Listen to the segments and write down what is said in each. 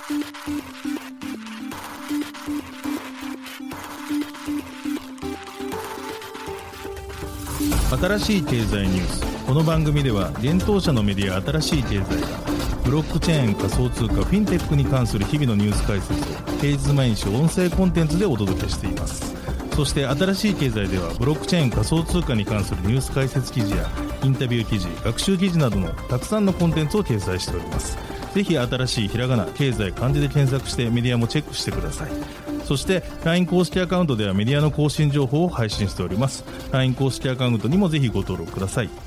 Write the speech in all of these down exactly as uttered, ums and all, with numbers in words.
新しい経済ニュース。この番組では現当社のメディア新しい経済がブロックチェーン、仮想通貨、フィンテックに関する日々のニュース解説を平日毎日音声コンテンツでお届けしています。そして新しい経済ではブロックチェーン、仮想通貨に関するニュース解説記事やインタビュー記事、学習記事などのたくさんのコンテンツを掲載しております。ぜひ新しいひらがな、経済、漢字で検索してメディアもチェックしてください。そして ライン 公式アカウントではメディアの更新情報を配信しております。 ライン 公式アカウントにもぜひご登録ください。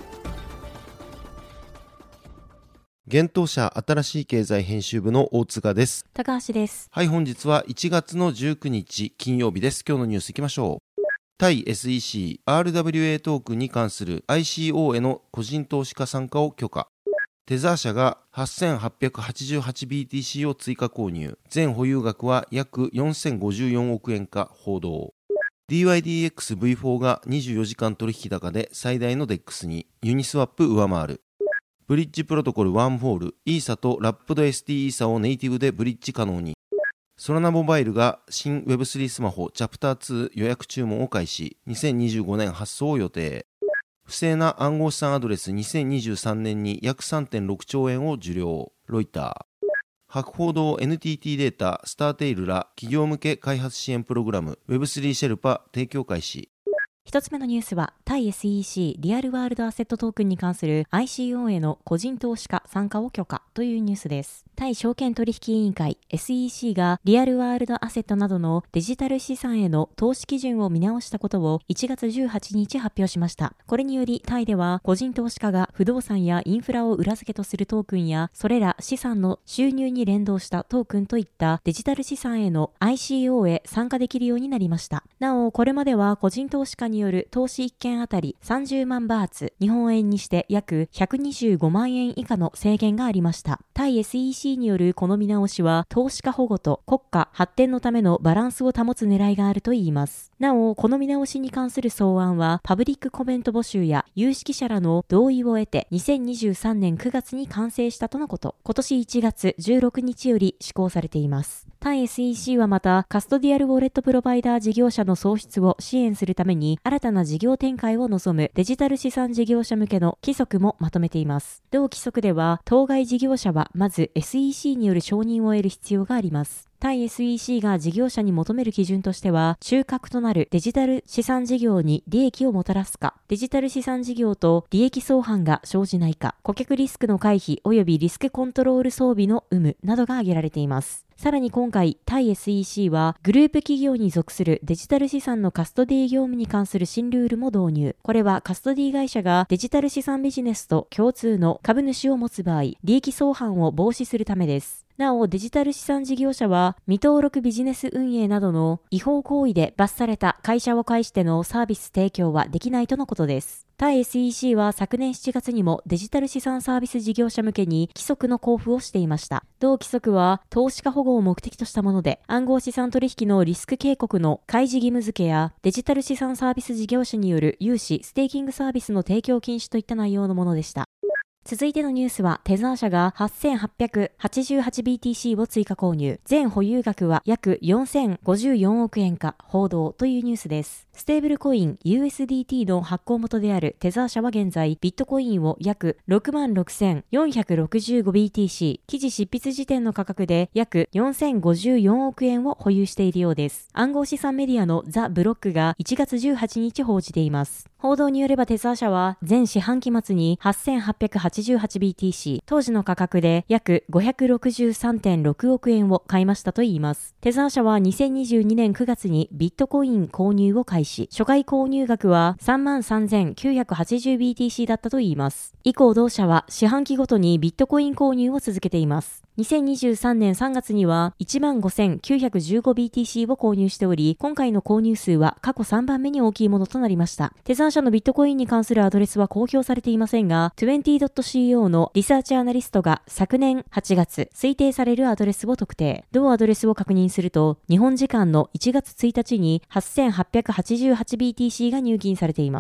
現当社新しい経済編集部の大塚です。 高橋です。 はい、本日はいちがつのじゅうくにち金曜日です。今日のニュースいきましょう。対 エスイーシー、アールダブリューエー トークンに関する アイシーオー への個人投資家参加を許可。テザー社が はっせんはっぴゃくはちじゅうはちビーティーシー を追加購入。全保有額は約よんせんごじゅうよんおくえんか報道。ディーワイディーエックスブイフォー がにじゅうよじかん取引高で最大のデックスに。ユニスワップ上回る。ブリッジプロトコルワンフォール、イーサとラップド エスティー イーサをネイティブでブリッジ可能に。ソラナモバイルが新 ウェブスリー スマホチャプターツー予約注文を開始。にせんにじゅうごねん発送を予定。不正な暗号資産アドレスにせんにじゅうさんねんに約 さんてんろくちょうえんを受領。ロイター。博報堂 エヌティーティー データ、スターテイルら企業向け開発支援プログラム ウェブスリー シェルパ提供開始。 一つ目のニュースは、対 エスイーシー リアルワールドアセットトークンに関する アイシーオー への個人投資家参加を許可というニュースです。対証券取引委員会 エスイーシー がリアルワールドアセットなどのデジタル資産への投資基準を見直したことをいちがつじゅうはちにち発表しました。これによりタイでは個人投資家が不動産やインフラを裏付けとするトークンやそれら資産の収入に連動したトークンといったデジタル資産への アイシーオー へ参加できるようになりました。なお、これまでは個人投資家による投資いっけんあたりさんじゅうまんバーツ、日本円にして約ひゃくにじゅうごまんえん以下の制限がありました。対 エスイーシー によるこの見直しは投資家保護と国家発展のためのバランスを保つ狙いがあるといいます。なお、この見直しに関する草案はパブリックコメント募集や有識者らの同意を得てにせんにじゅうさんねんくがつに完成したとのこと。今年いちがつじゅうろくにちより施行されています。対 エスイーシー はまたカストディアルウォレットプロバイダー事業者の創出を支援するために新たな事業展開を望むデジタル資産事業者向けの規則もまとめています。同規則では当該事業者はまず エスイーシー による承認を得る必要があります。対 エスイーシー が事業者に求める基準としては、中核となるデジタル資産事業に利益をもたらすか、デジタル資産事業と利益相反が生じないか、顧客リスクの回避及びリスクコントロール装備の有無などが挙げられています。さらに今回、対 エスイーシー はグループ企業に属するデジタル資産のカストディ業務に関する新ルールも導入。これはカストディ会社がデジタル資産ビジネスと共通の株主を持つ場合、利益相反を防止するためです。なお、デジタル資産事業者は未登録ビジネス運営などの違法行為で罰された会社を介してのサービス提供はできないとのことです。対 エスイーシー は昨年しちがつにもデジタル資産サービス事業者向けに規則の交付をしていました。同規則は投資家保護を目的としたもので、暗号資産取引のリスク警告の開示義務付けやデジタル資産サービス事業者による融資・ステーキングサービスの提供禁止といった内容のものでした。続いてのニュースは、テザー社が はっせんはっぴゃくはちじゅうはちビーティーシー を追加購入。全保有額は約よんせんごじゅうよんおくえんか報道というニュースです。ステーブルコイン ユーエスディーティー の発行元であるテザー社は現在、ビットコインを約 ろくまんろくせんよんひゃくろくじゅうごビーティーシー、記事執筆時点の価格で約よんせんごじゅうよんおくえんを保有しているようです。暗号資産メディアのザ・ブロックがいちがつじゅうはちにち報じています。報道によればテザー社は前四半期末に はっせんはっぴゃくはちじゅうはちビーティーシー、当時の価格で約 ごひゃくろくじゅうさんてんろくおくえんを買いましたといいます。テザー社はにせんにじゅうにねんくがつにビットコイン購入を開始。初回購入額は さんまんさんぜんきゅうひゃくはちじゅうビーティーシー だったといいます。以降同社は四半期ごとにビットコイン購入を続けています。にせんにじゅうさんねんさんがつには いちまんごせんきゅうひゃくじゅうごビーティーシー を購入しており、今回の購入数は過去さんばんめに大きいものとなりました。テザー社のビットコインに関するアドレスは公表されていませんが、にじゅうドットシーオー のリサーチアナリストが昨年はちがつ推定されるアドレスを特定。同アドレスを確認すると、日本時間のいちがつついたちに はっせんはっぴゃくはちじゅうはちビーティーシー が入金されています。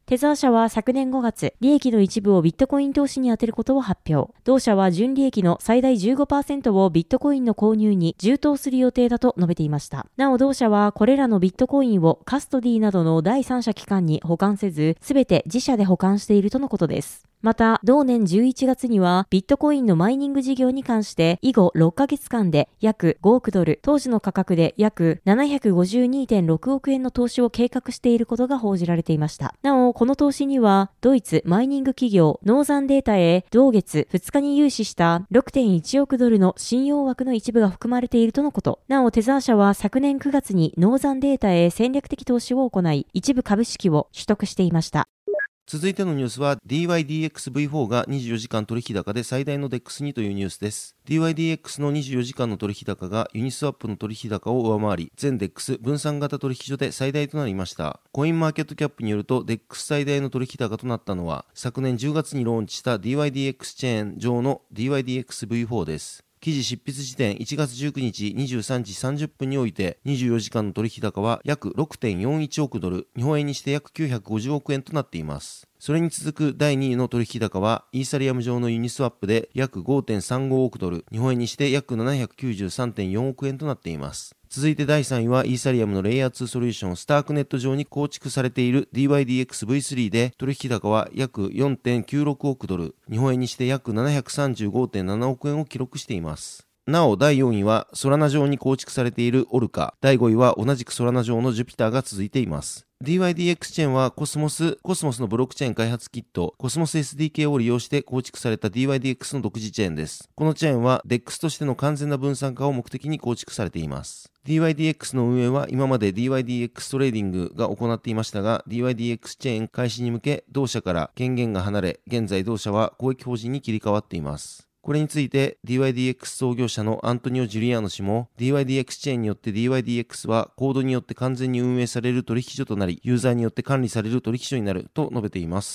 テザー社は昨年ごがつ、利益の一部をビットコイン投資に充てることを発表。同社は純利益の最大 じゅうごパーセント をビットコインの購入に充当する予定だと述べていました。なお同社はこれらのビットコインをカストディなどの第三者機関に保管せず、すべて自社で保管しているとのことです。また、同年じゅういちがつにはビットコインのマイニング事業に関して以後ろっかげつかんで約ごおくドル、当時の価格で約 ななひゃくごじゅうにてんろくおくえんの投資を計画していることが報じられていました。なお、この投資にはドイツマイニング企業ノーザンデータへ同月ふつかに融資した ろくてんいちおくドルの信用枠の一部が含まれているとのこと。なお、テザー社は昨年くがつにノーザンデータへ戦略的投資を行い、一部株式を取得していました。 続いてのニュースは ディーワイディーエックスブイフォー がにじゅうよじかん取引高で最大の デックス にというニュースです。ディーワイディーエックス のにじゅうよじかんの取引高がユニスワップの取引高を上回り、全 デックス 分散型取引所で最大となりました。コインマーケットキャップによると デックス 最大の取引高となったのは昨年じゅうがつにローンチした ディーワイディーエックス チェーン上の ディーワイディーエックスブイフォー です。記事執筆時点いちがつじゅうくにちにじゅうさんじさんじゅっぷんにおいてにじゅうよじかんの取引高は約 ろくてんよんいちおくドル、日本円にして約きゅうひゃくごじゅうおくえんとなっています。それに続くだいにいの取引高はイーサリアム上のユニスワップで約 ごてんさんごおくドル、日本円にして約 ななひゃくきゅうじゅうさんてんよんおくえんとなっています。続いてだいさんいはイーサリアムのレイヤーツーソリューションスタークネット上に構築されている ディーワイディーエックスブイスリー で取引高は約 よんてんきゅうろくおくドル、日本円にして約 ななひゃくさんじゅうごてんななおくえんを記録しています。なおだいよんいはソラナ上に構築されているオルカ、だいごいは同じくソラナ上のジュピターが続いています。ディーワイディーエックス チェーンはコスモス、コスモスのブロックチェーン開発キット、コスモス エスディーケー を利用して構築された ディーワイディーエックス の独自チェーンです。このチェーンは デックス としての完全な分散化を目的に構築されています。ディーワイディーエックス の運営は今まで ディーワイディーエックス トレーディングが行っていましたが、ディーワイディーエックス チェーン開始に向け同社から権限が離れ、現在同社は公益法人に切り替わっています。これについて ディーワイディーエックス 創業者のアントニオ・ジュリアーノ氏も ディーワイディーエックス チェーンによって ディーワイディーエックス はコードによって完全に運営される取引所となり、ユーザーによって管理される取引所になると述べています。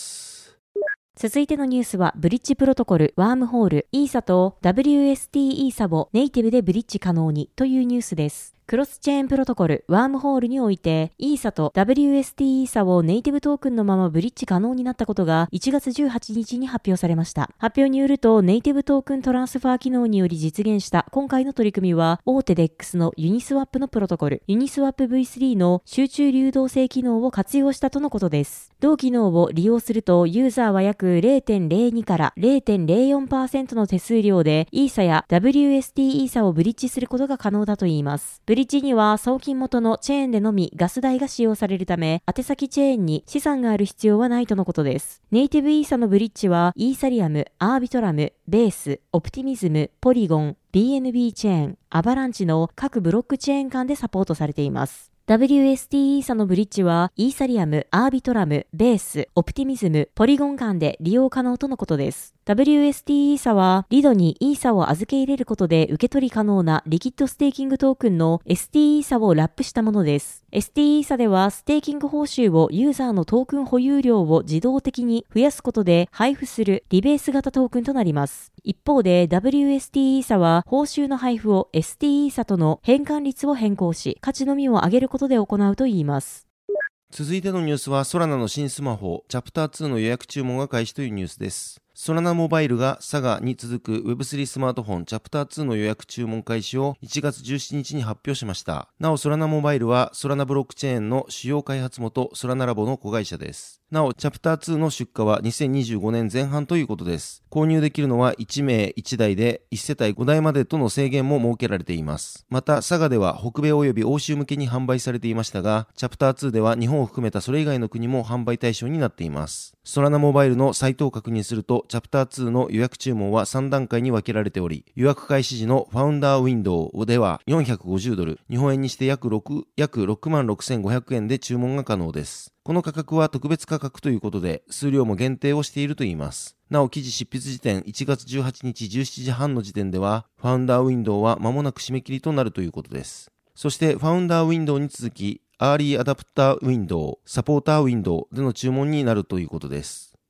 続いてのニュースはブリッジプロトコル、ワームホール、イーサと ダブリューエスティー イーサをネイティブでブリッジ可能にというニュースです。クロスチェーンプロトコル、ワームホールにおいて、イーサと ダブリューエスティー イーサをネイティブトークンのままブリッジ可能になったことがいちがつじゅうはちにちに発表されました。発表によると、ネイティブトークントランスファー機能により実現した今回の取り組みは、大手 デックス のユニスワップのプロトコル、ユニスワップ ブイスリー の集中流動性機能を活用したとのことです。同機能を利用すると、ユーザーは約 ゼロてんゼロに から ゼロてんゼロよんパーセント の手数料で、イーサや ダブリューエスティー イーサをブリッジすることが可能だといいます。ブリッジには、送金元のチェーンでのみガス代が使用されるため、宛先チェーンに資産がある必要はないとのことです。ネイティブイーサのブリッジは、イーサリアム、アービトラム、ベース、オプティミズム、ポリゴン、ビーエヌビー チェーン、アバランチの各ブロックチェーン間でサポートされています。ダブリューエスティー イーサのブリッジは、イーサリアム、アービトラム、ベース、オプティミズム、ポリゴン間で利用可能とのことです。ダブリューエスティー イーサは、リドにイーサを預け入れることで受け取り可能なリキッドステーキングトークンの エスティー イーサをラップしたものです。エスティー イーサでは、ステーキング報酬をユーザーのトークン保有量を自動的に増やすことで配布するリベース型トークンとなります。一方で ダブリューエスティー イーサは、報酬の配布を エスティー イーサとの変換率を変更し、価値のみを上げることで行うといいます。 続いてのニュースはソラナの新スマホチャプターツーの予約注文が開始というニュースです。ソラナモバイルがサガに続く ウェブスリー スマートフォンチャプターツーの予約注文開始をいちがつじゅうしちにちに発表しました。なおソラナモバイルはソラナブロックチェーンの主要開発元ソラナラボの子会社です。なおチャプターツーの出荷はにせんにじゅうごねんぜん半ということです。購入できるのはいちめいいちだいでいちせたいごだいまでとの制限も設けられています。またサガでは北米及び欧州向けに販売されていましたが、チャプターツーでは日本を含めたそれ以外の国も販売対象になっています。ソラナモバイルのサイトを確認するとチャプターツーの予約注文はさんだんかいに分けられており、予約開始時のファウンダーウィンドウではよんひゃくごじゅうドル、日本円にして約6、約ろくまんろくせんごひゃくえんで注文が可能です。この価格は特別価格ということで、数量も限定をしているといいます。なお記事執筆時点いちがつじゅうはちにちじゅうしちじはんの時点では、ファウンダーウィンドウは間もなく締め切りとなるということです。そしてファウンダーウィンドウに続き、アーリーアダプターウィンドウ、サポーターウィンドウでの注文になるということです。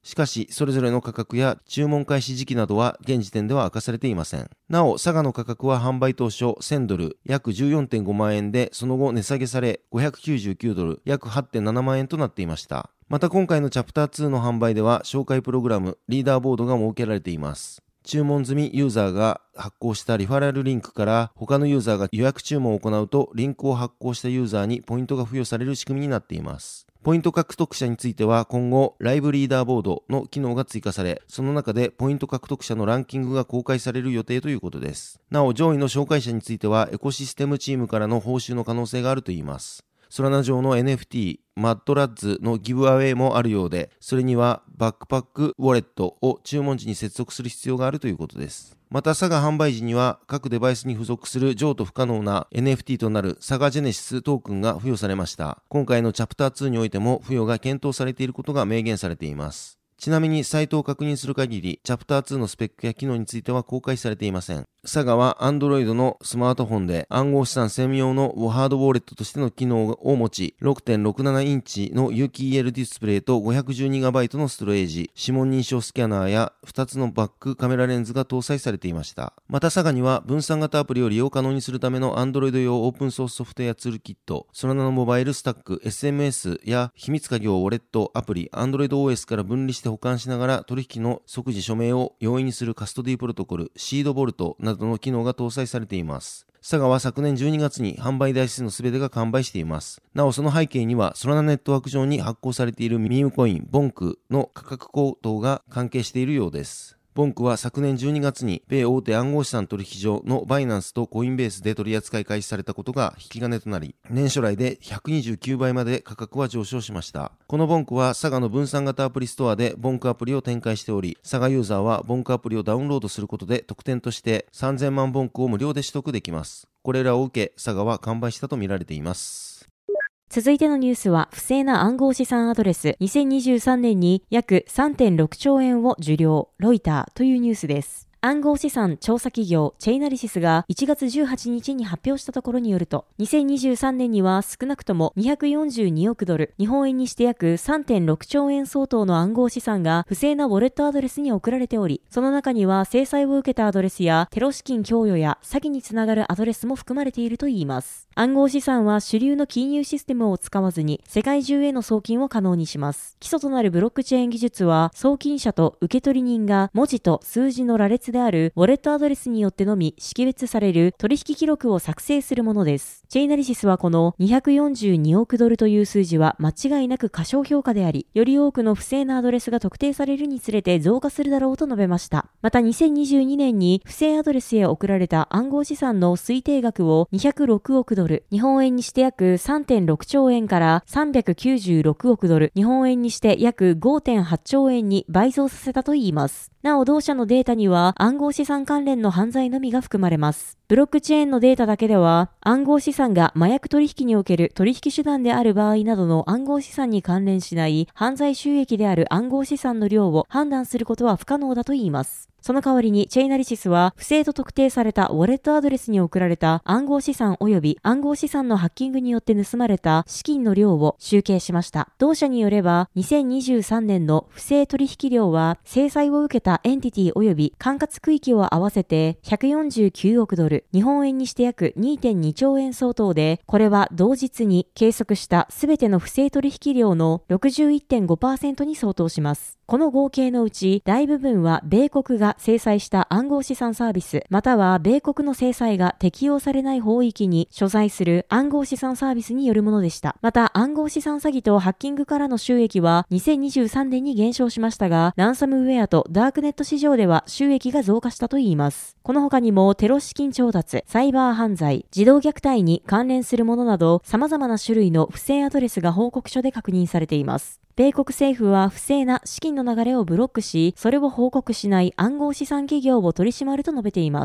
しかし、それぞれの価格や注文開始時期などは現時点では明かされていません。なお、サガの価格は販売当初せんドル、約 じゅうよんてんごまんえんで、その後値下げされごひゃくきゅうじゅうきゅうドル、約 はちてんななまんえんとなっていました。また今回のチャプターツーの販売では、紹介プログラム、リーダーボードが設けられています。注文済みユーザーが発行したリファラルリンクから他のユーザーが予約注文を行うと、リンクを発行したユーザーにポイントが付与される仕組みになっています。ポイント獲得者については今後ライブリーダーボードの機能が追加され、その中でポイント獲得者のランキングが公開される予定ということです。なお、上位の紹介者についてはエコシステムチームからの報酬の可能性があるといいます。ソラナ上の エヌエフティー、マッドラッズのギブアウェイもあるようで、それにはバックパックウォレットを注文時に接続する必要があるということです。また、サガ販売時には各デバイスに付属する譲渡不可能な エヌエフティー となるサガジェネシストークンが付与されました。今回のチャプターツーにおいても付与が検討されていることが明言されています。ちなみにサイトを確認する限り、チャプターツーのスペックや機能については公開されていません。サガは Android のスマートフォンで暗号資産専用のハードウォレットとしての機能を持ち、ろくてんろくななインチの有機 イーエル ディスプレイと ごひゃくじゅうにギガバイト のストレージ、指紋認証スキャナーやふたつのバックカメラレンズが搭載されていました。またサガには分散型アプリを利用可能にするための Android 用オープンソースソフトウェアツールキット、ソラナのモバイルスタック、エスエムエス や秘密鍵をウォレットアプリ、Android オーエス から分離して保管しながら取引の即時署名を容易にするカストディプロトコル、シードボルトなどの機能が搭載されています。サガは昨年じゅうにがつに販売台数のすべてが完売しています。なお、その背景にはソラナネットワーク上に発行されているミームコイン、ボンクの価格高騰が関係しているようです。ボンクは昨年じゅうにがつに米大手暗号資産取引所のバイナンスとコインベースで取り扱い開始されたことが引き金となり、年初来でひゃくにじゅうきゅうばいまで価格は上昇しました。このボンクはサガの分散型アプリストアでボンクアプリを展開しており、サガユーザーはボンクアプリをダウンロードすることで特典としてさんぜんまんボンクを無料で取得できます。これらを受け、サガは完売したとみられています。 続いてのニュースは、不正な暗号資産アドレス、にせんにじゅうさんねんに約 さんてんろくちょうえんを受領、ロイターというニュースです。暗号資産調査企業チェイナリシスがいちがつじゅうはちにちに発表したところによると、にせんにじゅうさんねんには少なくともにひゃくよんじゅうにおくドル、日本円にして約 さんてんろくちょうえん相当の暗号資産が不正なウォレットアドレスに送られており、その中には制裁を受けたアドレスやテロ資金供与や詐欺につながるアドレスも含まれているといいます。暗号資産は主流の金融システムを使わずに世界中への送金を可能にします。基礎となるブロックチェーン技術は、送金者と受取人が文字と数字の羅列であるウォレットアドレスによってのみ識別される取引記録を作成するものです。チェイナリシスはこのにひゃくよんじゅうにおくドルという数字は間違いなく過小評価であり、より多くの不正なアドレスが特定されるにつれて増加するだろうと述べました。またにせんにじゅうにねんに不正アドレスへ送られた暗号資産の推定額をにひゃくろくおくドル、日本円にして約 さんてんろくちょうえんからさんびゃくきゅうじゅうろくおくドル、日本円にして約 ごてんはちちょうえんに倍増させたといいます。なお、同社のデータには暗号資産関連の犯罪のみが含まれます。ブロックチェーンのデータだけでは、暗号資産が麻薬取引における取引手段である場合などの暗号資産に関連しない犯罪収益である暗号資産の量を判断することは不可能だといいます。その代わりにチェイナリシスは不正と特定されたウォレットアドレスに送られた暗号資産及び暗号資産のハッキングによって盗まれた資金の量を集計しました。同社によればにせんにじゅうさんねんの不正取引量は制裁を受けたエンティティ及び管轄区域を合わせてひゃくよんじゅうきゅうおくドル、日本円にして約 にてんにちょうえん相当で、これは同日に計測したすべての不正取引量の ろくじゅういってんごパーセント に相当します。この合計のうち大部分は米国が制裁した暗号資産サービス、または米国の制裁が適用されない法域に所在する暗号資産サービスによるものでした。また暗号資産詐欺とハッキングからの収益はにせんにじゅうさんねんに減少しましたが、ランサムウェアとダークネット市場では収益が増加したといいます。この他にもテロ資金調達、サイバー犯罪、児童虐待に関連するものなど様々な種類の不正アドレスが報告書で確認されています。米国政府は不正な資金の流れをブロックし、それを報告しない暗号資産企業を取り締まると述べています。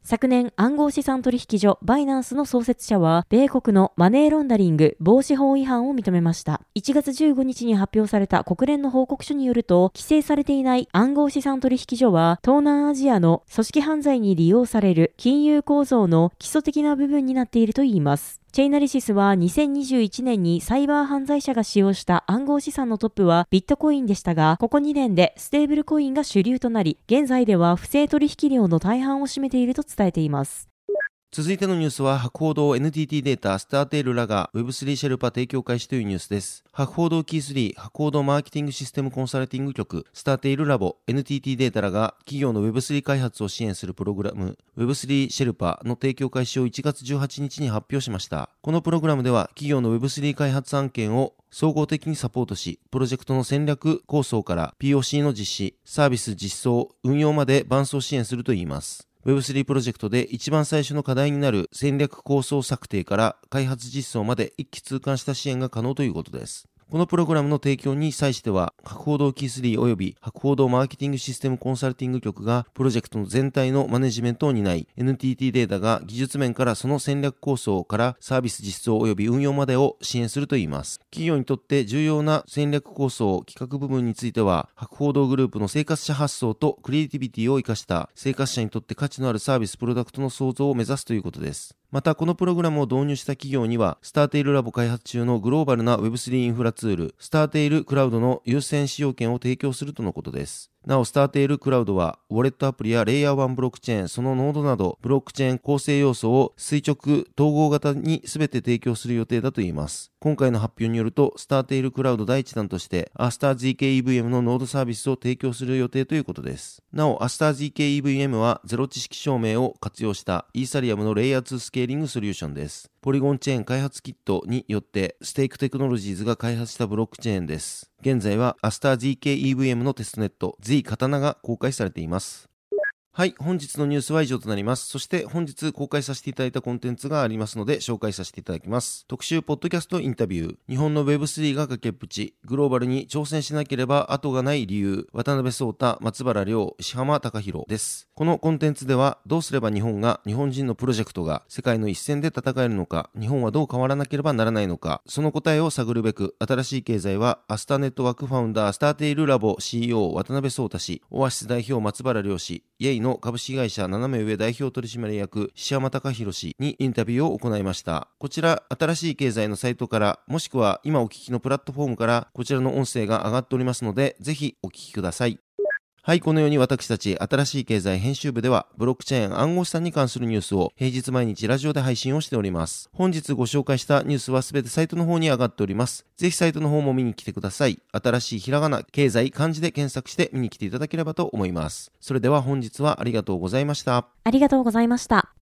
昨年、暗号資産取引所バイナンスの創設者は、米国のマネーロンダリング防止法違反を認めました。いちがつじゅうごにちに発表された国連の報告書によると、規制されていない暗号資産取引所は、東南アジアの組織犯罪に利用される金融構造の基礎的な部分になっているといいます。チェイナリシスはにせんにじゅういちねんにサイバー犯罪者が使用した暗号資産のトップはビットコインでしたが、ここにねんでステーブルコインが主流となり、現在では不正取引量の大半を占めていると伝えています。 続いてのニュースは、博報堂 エヌティーティー データスターテールらが ウェブスリー シェルパ提供開始というニュースです。博報堂キースリー、博報堂マーケティングシステムコンサルティング局、スターテールラボ、エヌティーティー データらが企業の ウェブスリー 開発を支援するプログラム ウェブスリー シェルパの提供開始をいちがつじゅうはちにちに発表しました。このプログラムでは企業の ウェブスリー 開発案件を総合的にサポートし、プロジェクトの戦略構想から ピーオーシー の実施、サービス実装、運用まで伴走支援するといいます。ウェブスリー プロジェクトで一番最初の課題になる戦略構想策定から開発実装まで一気通貫した支援が可能ということです。このプログラムの提供に際しては、博報堂キースリー及び博報堂マーケティングシステムコンサルティング局がプロジェクトの全体のマネジメントを担い、エヌティーティー データが技術面からその戦略構想からサービス実装及び運用までを支援するといいます。企業にとって重要な戦略構想、企画部分については、博報堂グループの生活者発想とクリエイティビティを生かした生活者にとって価値のあるサービスプロダクトの創造を目指すということです。また、このプログラムを導入した企業には、スターテイルラボ開発中のグローバルな ウェブスリー インフラツール、スターテイルクラウドの優先使用権を提供するとのことです。なお、スターテイルクラウドは、ウォレットアプリやレイヤーワンブロックチェーン、そのノードなど、ブロックチェーン構成要素を垂直統合型に全て提供する予定だといいます。今回の発表によると、スターテイルクラウド第一弾として、アスター ゼッケーイーブイエム のノードサービスを提供する予定ということです。なお、アスター ゼッケーイーブイエム は、ゼロ知識証明を活用したイーサリアムのレイヤーツースケーリングソリューションです。ポリゴンチェーン開発キットによって、ステークテクノロジーズが開発したブロックチェーンです。現在はアスター ゼッケーイーブイエム のテストネット ゼッカタナが公開されています。はい、本日のニュースは以上となります。そして本日公開させていただいたコンテンツがありますので紹介させていただきます。特集ポッドキャストインタビュー、日本の ウェブスリー が崖っぷち、グローバルに挑戦しなければ後がない理由、渡辺壮太、松原亮、石浜貴弘です。このコンテンツではどうすれば日本が、日本人のプロジェクトが世界の一線で戦えるのか、日本はどう変わらなければならないのか、その答えを探るべく、新しい経済はアスターネットワークファウンダースターテイルラボ シーイーオー 渡辺壮太氏、オアシス代表松原亮氏、イェイの株式会社斜め上代表取締役石山貴弘氏にインタビューを行いました。こちら新しい経済のサイトから、もしくは今お聞きのプラットフォームからこちらの音声が上がっておりますので、ぜひお聞きください。はい、このように私たち新しい経済編集部ではブロックチェーン暗号資産に関するニュースを平日毎日ラジオで配信をしております。本日ご紹介したニュースはすべてサイトの方に上がっております。ぜひサイトの方も見に来てください。新しいひらがな、経済、漢字で検索して見に来ていただければと思います。それでは本日はありがとうございました。 ありがとうございました。